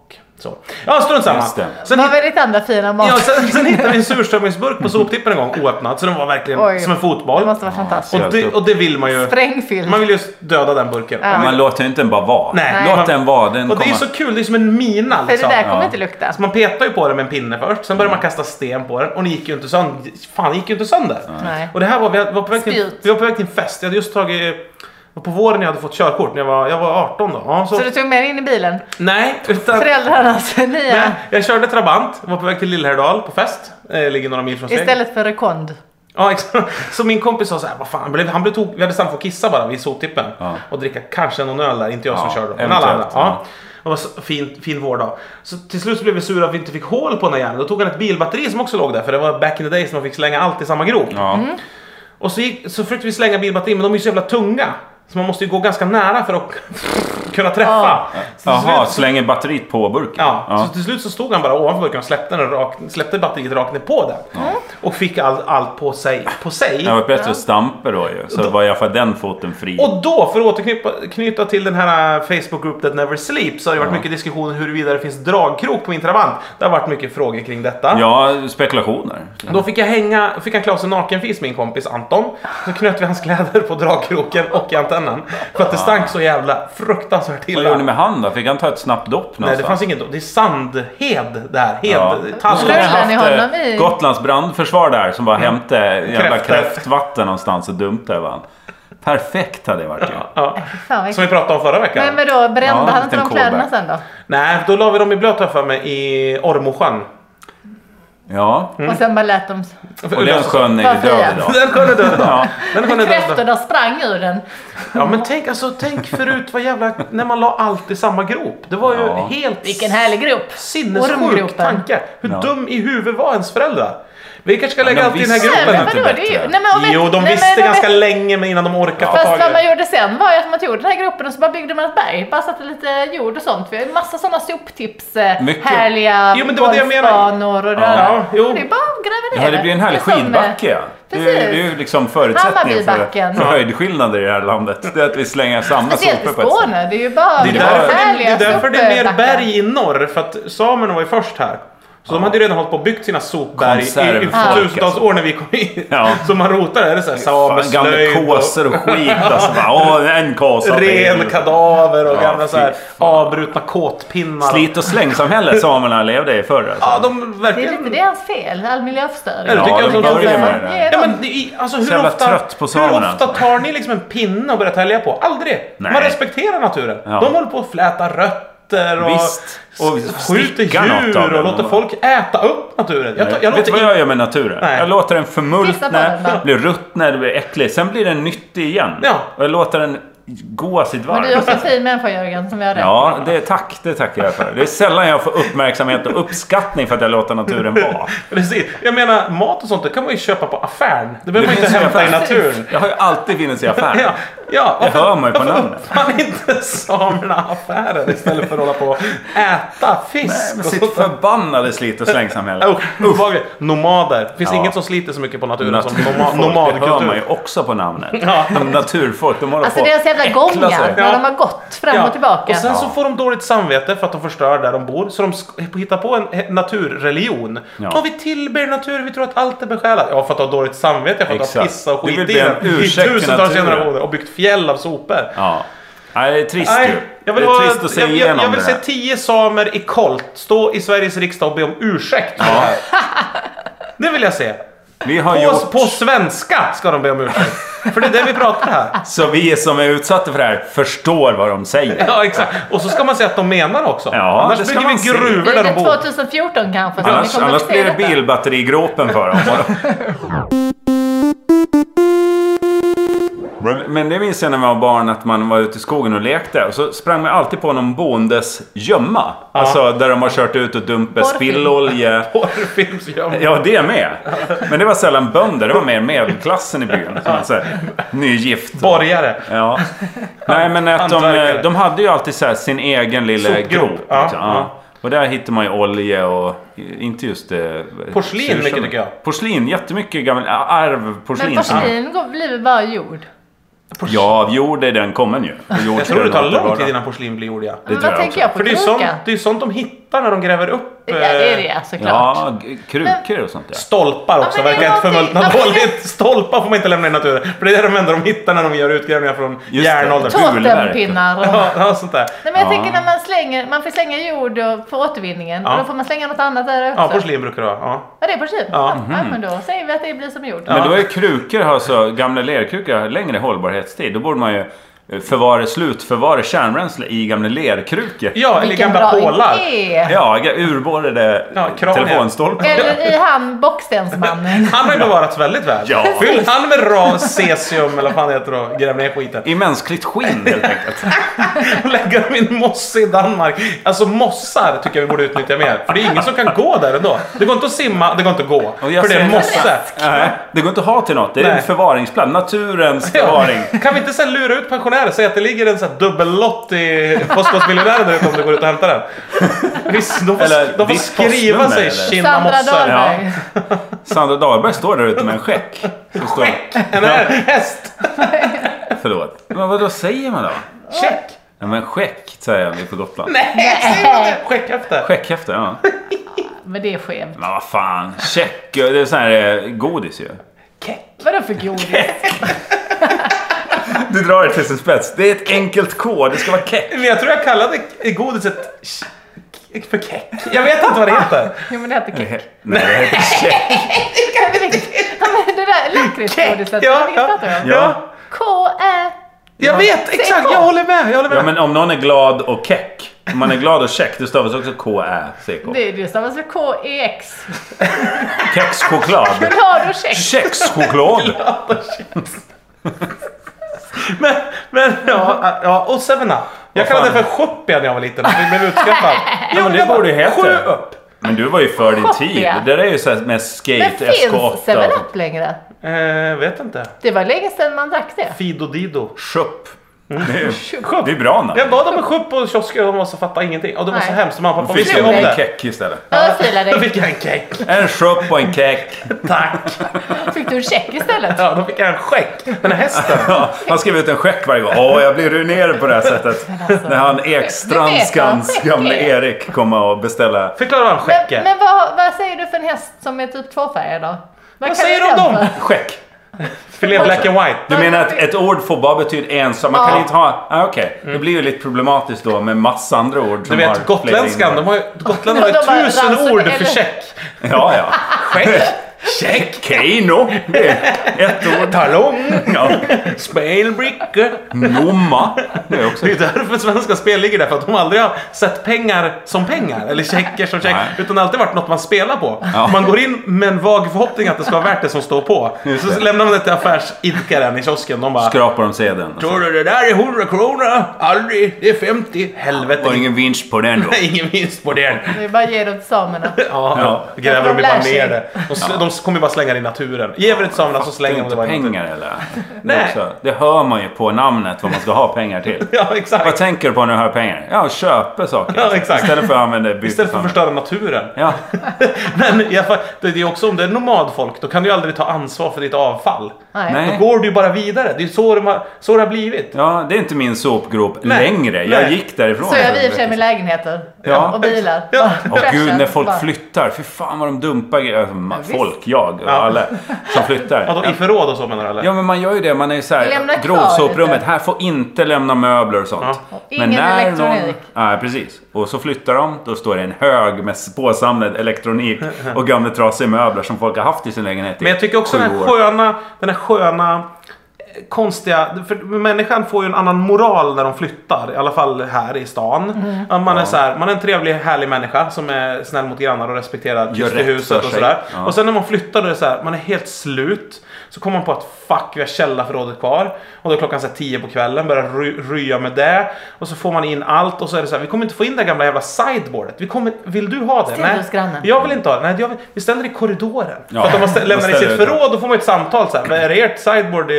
C: Så. Ja, strunt samma.
A: Sen vad var ditt andra fina mat?
C: Ja, sen, sen hittade vi en surströmmingsburk på soptippen en gång, oöppnad. Så den var verkligen Oj, som en fotboll.
A: Det måste vara fantastiskt.
C: Och det, och det vill man ju.
A: Sprängfilm.
C: Man vill ju döda den burken.
B: Ja. Man låter inte den bara vara.
C: Nej.
B: Låt
C: man,
B: den vara. Den
C: och det är så kul, det är som en mina.
A: Liksom. För det där kommer ja. inte lukta.
C: Så man petar ju på den med en pinne först. Sen börjar man kasta sten på den. Och den gick ju inte sönder. Fan, det gick ju inte sönder.
A: Nej.
C: Och det här var, vi var på väg till, vi var på väg till en fest. Jag hade just tagit... Och på våren jag hade fått körkort när jag var, jag var arton då. Ja,
A: så... så du tog med in i bilen?
C: Nej. Utan...
A: Föräldrarnas nya... Nej,
C: jag körde Trabant, var på väg till Lillhärdal på fest. Eh, ligger några mil från Sveg.
A: Istället för Rekond.
C: Ja, exakt. Så min kompis sa så här, vad fan, han blev, han blev tog, vi hade stann för att kissa bara vid soptippen. Ja. Och dricka kanske någon öl där, inte jag som ja, körde. Men alla andra. Ja. Det var så fin, fin vårdag. Så till slut så blev vi sura att vi inte fick hål på den här järnen. Då tog han ett bilbatteri som också låg där. För det var back in the days när man fick slänga allt i samma grop. Ja. Mm. Och så, gick, så försökte vi slänga bilbatteri, men de är så jävla tunga. Så man måste ju gå ganska nära för att kunna träffa.
B: Ja. Jaha, slänger batteriet på burken.
C: Ja, ja, så till slut så stod han bara ovanför burken och släppte, den rak, släppte batteriet rakt ner på den. Ja. Och fick allt all på sig. På sig.
B: Det var bättre att stampa då ju. Så då, var i alla fall den foten fri.
C: Och då, för att återknyta till den här Facebook-group That Never Sleeps, så har det varit ja. mycket diskussioner huruvida det finns dragkrok på min Trabant. Det har varit mycket frågor kring detta.
B: Ja, spekulationer.
C: Då fick jag hänga, fick han klä sig nakenfis min kompis Anton. Så knöt vi hans kläder på dragkroken och i antennen. För att det stank så jävla fruktansvärt illa.
B: Vad gjorde ni med han då? Fick han ta ett snabbt dopp någonstans?
C: Nej, det fanns inget dopp. Det är sandhed där. Hed,
B: ja. Skulle ni haft i... Gotlands brandförsvar där som bara mm. hämtade jävla kräftvatten någonstans och dumpade över han. Perfekt hade det varit ju.
C: Ja. Ja. Som vi pratade om förra veckan.
A: Men, men då brände ja, han inte de kläderna sen då?
C: Nej, då la vi dem i blöttöffa med i Ormosjön.
B: Ja.
A: Mm. Och sen bara lät dem...
B: Och den sjön är död idag.
C: Den sjön är död idag.
A: Ja. Kräftorna sprang ur den.
C: Ja, men tänk, alltså, tänk förut vad jävla... När man la allt i samma grop. Det var ju ja. helt...
A: Vilken härlig grop.
C: Sinnessjuk tanke. Hur ja. dum i huvudet var ens föräldrar? Vi kanske ska lägga
B: ja,
C: allt i den här gruppen.
A: Nej, men det ju, nej, men
C: jo, de
A: nej,
C: visste
A: men,
C: ganska
A: vet,
C: länge men innan de orkade
A: ja.
C: få tag i
A: det. Vad man gjorde sen var ju att man tog den här gruppen och så bara byggde man ett berg. Bara satte lite jord och sånt. Vi har ju massa sådana soptips. Mycket. Härliga
C: jo, men det var det jag menade.
A: Och ja. Ja, det är bara att gräva ner
B: ja, det blir en härlig skidbacke. Ja. Det är, det är ju liksom förutsättningen för, för höjdskillnader i det här landet. Det är att vi slänger samma sopor på ett
A: Skåne, det är ju bara
C: det är därför, härliga det är därför det är mer berg i norr. För att samerna var ju först här. Så ja. de hade ju redan hållit på att byggt sina sopberg i, i ja. tusentals år när vi kom in. Ja. Så man rotar är det så här sameslöjd.
B: Gamla kåsor och skit. Alltså, åh, en kåsa.
C: Ren kadaver och ja, gamla så här avbrutna kåtpinnar.
B: Slit och slängsamhället samerna levde i förr. Alltså.
C: Ja, de verkligen...
A: Det är lite deras fel, all miljöförstöring.
C: Ja,
B: ja, de börjar med det.
C: Ja, men det, alltså, hur, ofta, trött på hur ofta tar ni liksom en pinne och börjar tälja på? Aldrig. Nej. Man respekterar naturen. Ja. De håller på att fläta rött. Och,
B: visst. Och
C: skjuter djur och låter folk äta upp naturen. Jag, jag, jag
B: vet du vad jag gör med naturen? Nej. Jag låter den förmultna, blir ruttna, det blir äcklig. Sen blir den nyttig igen. Ja. Och jag låter den gå sitt varv.
A: Men du är också en fin människa, Jörgen, som jag har rätt.
B: Ja, det är, tack, det tackar jag för. Det är sällan jag får uppmärksamhet och uppskattning för att jag låter naturen vara.
C: Precis. Jag menar, mat och sånt, det kan man ju köpa på affären. Det behöver man inte hämta i naturen.
B: Jag har ju alltid funnits i affären. Ja,
C: ja.
B: Jag hör mig på namnet.
C: Man inte samerna affärer istället för att hålla på och äta fisk. Nej,
B: men sitt förbannade slit och slängsamhälle.
C: Oh, uh. Nomader. Det finns ja. inget som sliter så mycket på naturen Natur- som noma- nomadkultur.
B: Det hör man ju också på namnet. Ja. De naturfolk, de håller
A: alltså
B: på.
A: Deras jävla gångar ja. när de har gått fram ja. och tillbaka.
C: Och sen
A: ja.
C: så får de dåligt samvete för att de förstör där de bor. Så de hittar på en naturreligion. Ja. Och vi tillber naturen, vi tror att allt är besjälat. Ja, för att ha dåligt samvete, för att ha pissa och skit i den i tusentals generationer och byggt fjäll av sopor.
B: Ja. Nej, det är trist Nej, ju.
C: Jag vill,
B: det är
C: ha,
B: trist att se
C: jag,
B: igenom
C: jag, jag vill
B: det
C: se tio samer i kolt stå i Sveriges riksdag och be om ursäkt för ja. det här. Det vill jag se.
B: Vi har
C: på,
B: gjort...
C: på svenska ska de be om ursäkt. För det är det vi pratar här.
B: Så vi som är utsatta för det här förstår vad de säger.
C: Ja, exakt. Och så ska man säga att de menar också.
B: Ja,
C: annars bygger vi gruvor där de bor.
A: tjugohundrafjorton kanske.
B: Annars, annars blir det bilbatterigråpen för dem. Men det minns jag när man var barn att man var ute i skogen och lekte. Och så sprang man alltid på någon bondes gömma. Ja. Alltså där de har kört ut och dumpat spillolje.
C: Porrfilmsgömma.
B: Ja, det med. Men det var sällan bönder. Det var mer medelklassen i byn. Som man säger. Nygift.
C: Borgare.
B: Ja. Nej, men att de, de hade ju alltid så här sin egen lilla grop.
C: Ja,
B: liksom. Ja. Och där hittar man ju olja och inte just det.
C: Porslin mycket tycker jag.
B: Porslin, jättemycket gammal arv porslin.
A: Men porslin ja. blir bara jord.
B: Porslin. Ja, jord är den kommer ju.
C: Jag tror det tar lång tid innan porslin blir jord, ja.
A: Det vad tänker jag på?
C: För det är, sånt, det är sånt de hittar hittar när de gräver upp...
A: Ja, det är det såklart.
B: Ja, krukor och sånt där.
C: Stolpar också, ja, verkar inte förmultna dåligt. Stolpar får man inte lämna i naturen. För det är de enda de hittar när de gör utgrävningar från järnåldern.
A: Totempinnar och...
C: ja, ja, sånt där.
A: Nej, men jag ja. tänker när man slänger, man får slänga jord på återvinningen. Ja. Och då får man slänga något annat där också.
C: Ja, porslin brukar det vara. Ja,
A: ja det är porslin.
C: Ja.
A: Mm-hmm. Ja, men då säger vi att det blir som jord.
B: Men då är krukor, alltså gamla lerkrukor, längre hållbarhetstid. Då borde man ju förvara, slutförvara kärnbränsle i gamla lerkrukor.
C: Ja, eller gamla pålar.
B: Ja, urborrade
C: ja,
B: telefonstolpar.
A: Eller i han bockstensmannen.
C: Han har ju bevarats väldigt väl.
B: Ja.
C: Fyll han med ras, cesium eller vad fan heter det då. Gräv ner skiten.
B: I mänskligt skinn helt enkelt.
C: Lägga dem i en mosse i Danmark. Alltså mossar tycker jag vi borde utnyttja mer. För det är ingen som kan gå där ändå. Det går inte att simma, det går inte att gå. För det är en mosse.
B: Nej, det går inte att ha till något. Det är Nej. en förvaringsplats. Naturens förvaring.
C: Ja. Kan vi inte sen lura ut pensionärer? Säg att det ligger en sån här dubbellott i Postkodmiljonären där ute om du går ut och hämtar den. Visst, de får, eller, de får skriva sig Kinna mossar.
A: Ja.
B: Sandra Dahlberg står där ute med en skäck.
C: Skäck? En här häst?
B: Förlåt. Men vad då säger man då?
C: Check.
B: Ja, men skäck säger vi på Gotland.
C: Nej, säger man det? Skäckhäfte.
B: Skäckhäfte, ja.
A: Men det är skevt.
B: Men vad fan, check. Det är sån här godis ju.
C: Keck.
A: Vadå för godis?
B: Du drar det till sin spets. Det är ett enkelt kod. Det ska vara keck.
C: Men jag tror jag kallade godiset för keck. Jag vet inte vad det heter.
A: Jo, men det heter keck.
B: Nej, det heter check.
A: Ja, men det där lakritsgodiset.
C: Ja, ja, ja.
A: K-Ä.
C: Jag vet, exakt. Jag håller med. Jag håller med.
B: Ja, men om någon är glad och keck. Om man är glad och check, det stavas också K-Ä-C-K.
A: Det är det stavas för K-E-X.
B: Kexchoklad.
A: Glad och kex.
B: Kexchoklad.
C: Glad och kex. Men, men ja, ja, och seven up. Jag kallade det för Schuppen när jag var liten. Det blev utskrattad.
B: Ja, men det borde ju heta.
C: Sju upp.
B: Men du var ju för din tid. Det där är ju så här med skate,
A: S K åtta. Men finns seven up längre?
C: Eh, vet inte.
A: Det var länge sedan man drack det.
C: Fido Dido.
B: Schupp. Mm. Det, är, det är bra namn.
C: Jag bad om en schupp på kiosken och de måste fatta ingenting. Och det var Nej. så hemskt. Man pappa
B: fick
C: visste om
B: en
C: det.
B: keck istället.
A: Ja, jag
C: då fick jag en keck.
B: En schupp och en keck.
C: Tack.
A: Fick du en check istället?
C: Ja, då fick jag en skäck. Den här hästen.
B: Ja, han skrev ut en skäck varje gång. Åh, jag blir ruinerad på det här sättet. Alltså, när han Ekstrandskans gamla Erik kommer och beställa.
C: Förklara vad en skäck är.
A: Men, men vad, vad säger du för en häst som är typ tvåfärgad då?
C: Vad, vad säger du om dem?
B: Skäck.
C: Filé black and white.
B: Du menar att ett ord får bara betyda en så man ja. kan inte ha... Ah, okej, okay. mm. Det blir ju lite problematiskt då med massa andra ord som
C: du vet,
B: har
C: gotländskan, de har ju, Gotland har ju tusen ord för check.
B: Ja, ja.
C: Skäck.
B: Check. Keino. Det är ett ord.
C: Talong. Ja. Spelbricka.
B: Numma. Det är också.
C: Det är därför svenska spel ligger där. För att de aldrig har sett pengar som pengar. Eller checker som check. Nej. Utan det har alltid varit något man spelar på. Ja. Man går in med en vag förhoppning att det ska vara värt det som står på. Så det. lämnar man det till affärsidkaren i kiosken. De bara...
B: Skrapar de sedeln.
C: Tror du det där är hundra kronor? Aldrig. Det är femtio. Helvete.
B: Och ingen vinst på den då.
C: Nej, ingen vinst på den.
A: Det är bara ge dem till samerna.
C: Ja, ja. Gräver de bara ner det. De, ja. de kommer bara slänga det i naturen. Ger vi det till samerna så slänger de det bara i
B: pengar eller? Nej. Också, det hör man ju på namnet vad man ska ha pengar till.
C: Ja, exakt.
B: Vad tänker du på när du hör pengar? Ja, köpa saker.
C: Ja, exakt.
B: Istället för att använda det.
C: Istället för att förstöra naturen.
B: Ja.
C: Men i alla fall, det är också om det är nomadfolk, då kan du ju aldrig ta ansvar för ditt avfall.
A: Nej.
C: Då går du ju bara vidare. Det är ju så det, så det har blivit.
B: Ja, det är inte min sopgrop Nej. längre. Jag Nej. gick därifrån.
A: Så jag vi med lägenheter
B: ja.
A: och bilar.
C: Ja.
B: Och gud, när folk flyttar. Fy fan vad de dumpar grejer. Folk, jag och ja. alla som flyttar.
C: Ja, då, i förråd och så menar du eller?
B: Ja, men man gör ju det. Man är så här, grovsoprummet. Här får inte lämna möbler och sånt.
A: Ja. Och men ingen när elektronik.
B: Någon, ja, precis. Och så flyttar de. Då står det en hög med påsamlad elektronik och gamla trasiga möbler som folk har haft i sin lägenhet i
C: Men jag tycker också den här sköna, den här sköna konstiga, för människan får ju en annan moral när de flyttar, i alla fall här i stan. Mm. Man är så här, man är en trevlig, härlig människa som är snäll mot grannar och respekterar tyst i huset och sådär. Ja. Och sen när man flyttar då är det så här, man är helt slut. Så kommer man på att fuck, vi har källarförrådet kvar. Och då är klockan så här tio på kvällen, börjar ry- rya med det. Och så får man in allt och så är det så här, vi kommer inte få in det gamla jävla sideboardet. Vi kommer, vill du ha det? Nej, jag vill inte ha det. Nej, jag vill, vi ställer det i korridoren. Ja. För att om man stä- lämnar i sitt förråd, då får man ett samtal så här, vad är det ert sideboard ni får ta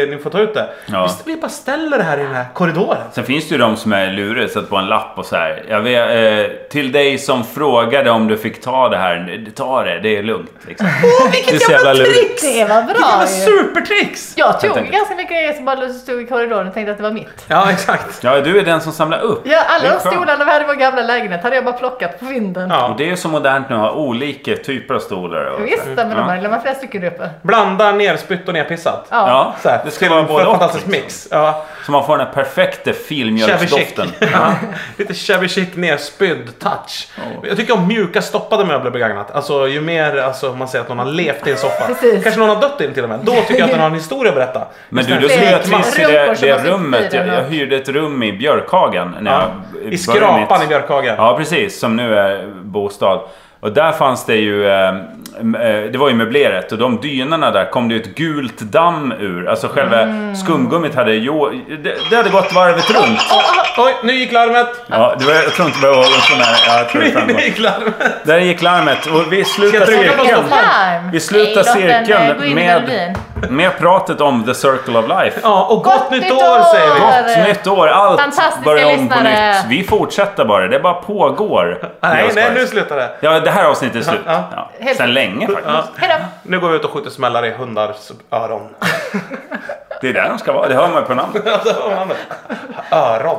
C: ut det.
B: Ja.
C: Vi, vi bara ställer det här i den här korridoren.
B: Sen finns det ju de som är luriga, sätter på en lapp och så här. Jag vet, eh, till dig som frågade om du fick ta det här, ta det, det är lugnt. Liksom.
C: Åh, vilket jävla tricks!
A: Det var bra.
C: Vilket jävla supertricks!
A: Jag tog jag ganska mycket grejer som bara stod i korridoren och tänkte att det var mitt.
C: Ja, exakt.
B: Ja, du är den som samlar upp.
A: Ja, alla de stolarna vi hade i vår gamla lägenhet hade jag bara plockat på vinden.
B: Ja. Och det är ju så modernt nu att ha olika typer av stolar. Och
A: visst, men de har lämnat flera stycken uppe.
C: Blanda nerspytt och nerpissat.
A: Ja,
B: ja
C: så här,
B: det ska vara både
C: fantastisk
B: och.
C: Mix. Ja.
B: Så man får den här perfekta filmjölksdoften.
C: Ja. Lite shabby chic nerspydd touch. Oh. Jag tycker om mjuka stoppade möbler begagnat. Alltså ju mer alltså, man säger att någon har levt i en soffa.
A: Precis.
C: Kanske någon har dött in till och med. Då tycker jag att den har en historia att berätta.
B: Men du, då skulle jag trivs i det, det rummet. Jag, jag hyrde ett rum i Björkhagen. När
C: ja.
B: jag
C: I skrapan
B: mitt,
C: i Björkhagen.
B: Ja, precis. Som nu är bostad. Och där fanns det ju, eh, det var ju möblerat och de dynorna där kom det ett gult damm ur. Alltså själva mm. skumgummit hade jo, det, det hade gått varvet runt.
C: Oj, nu gick larmet.
B: Ja, det var, jag tror inte det var en sån här. Ja, jag tror det
C: nu gick larmet.
B: Där gick larmet och vi slutade cirkeln. Vi slutade cirkeln med, med pratet om The Circle of Life.
C: Ja, och gott, gott nytt år, år säger vi.
B: Gott nytt år, allt börjar om på nytt. Vi fortsätter bara, det bara pågår.
C: Nej, nej, nu slutar det.
B: Ja, det här avsnittet är slut. Ja, ja. Sen länge faktiskt. Ja.
A: Hejdå.
C: Nu går vi ut och skjuter smällar i hundars öron.
B: Det är där de ska vara, det hör man på namnet.
C: Ja, det hör man. Öron.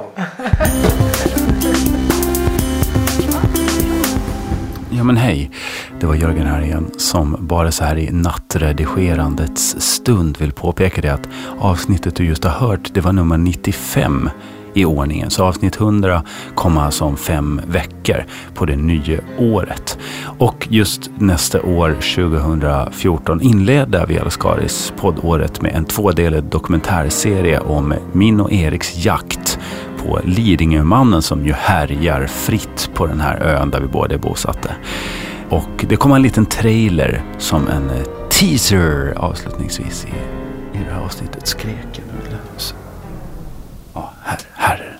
D: Ja men hej, det var Jörgen här igen som bara så här i nattredigerandets stund vill påpeka det att avsnittet du just har hört, det var nummer nittiofem i ordningen. Så avsnitt hundra kommer alltså om fem veckor på det nya året. Och just nästa år tjugohundrafjorton inleder Via Lascaris poddåret med en tvådelig dokumentärserie om min och Eriks jakt på Lidingömannen som ju härjar fritt på den här ön där vi båda är bosatta. Och det kommer en liten trailer som en teaser avslutningsvis i, i det här avsnittet. Skreken. Ja, här, här är den.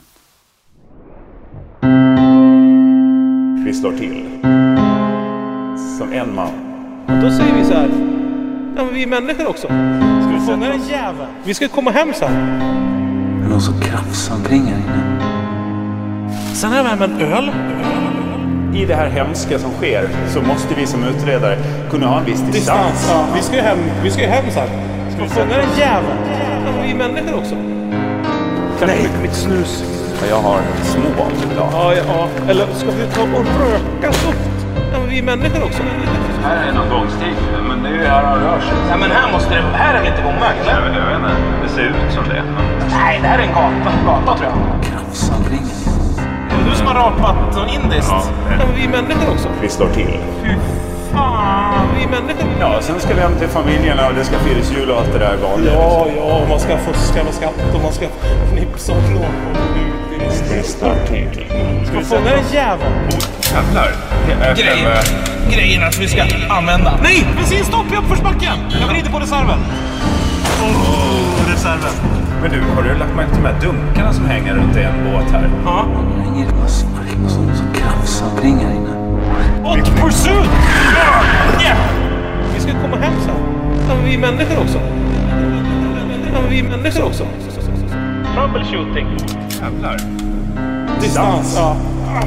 B: Vi slår till. Som en man.
C: Då säger vi så här. Ja, men vi är människor också. Ska vi fånga en jävel? Vi ska komma hem sen.
D: Det är någon som krafsar omkring här inne.
C: Sen är det här med en öl.
B: I det här hemska som sker så måste vi som utredare kunna ha en viss distans. distans.
C: Ja, vi ska ju hem, vi ska ju hem sen. Ska vi fånga en jävel? Ja, men vi är människor också. Nej, mitt snus.
B: Jag har små idag.
C: Ja, ja, eller ska vi ta och röka soft? Ja, men vi är människor också.
B: Här är någon gångstig, men det är ju här han rör sig.
C: Ja, men här måste det, här är det inte gångväg, eller?
B: Jag vet, jag vet inte, det ser ut som det.
C: Nej, det här är en gata, gata tror jag.
D: Krafsar omkring.
C: Det är du som har rapat och indiskt. Ja, ja, men vi är människor också.
B: Vi slår till.
C: Fy fan, vi är människor.
B: Ja, sen ska vi hem till familjerna och det ska firas jul och allt det där vanliga.
C: Ja, ja, och man ska fuska med skatt och man ska knipsa och klå.
B: Vi slår till.
C: Ska vi fånga en jävel?
B: Jävlar.
C: Grejer. Grejerna som vi ska använda. Nej, bensinstopp i uppförsbacken. Jag vrider på reserven. Åh, oh, reserven.
B: Men du, har du lagt märke till de här dunkarna som hänger runt i en båt här?
C: Ja.
D: Det ringer en massa som, som krafsar omkring här inne.
C: Hot pursuit! Yeah! Vi ska komma hem sen. Ja, men vi är människor också. Ja, men vi är människor också. Troubleshooting.
B: Jävlar.
C: Distans. Ja.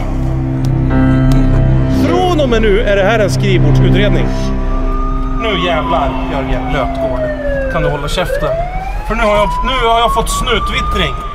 C: Från och med nu är det här en skrivbordsutredning. Nu jävlar, Jörgen Lötgård. Kan du hålla käften? För nu har jag, nu har jag fått snutvittring.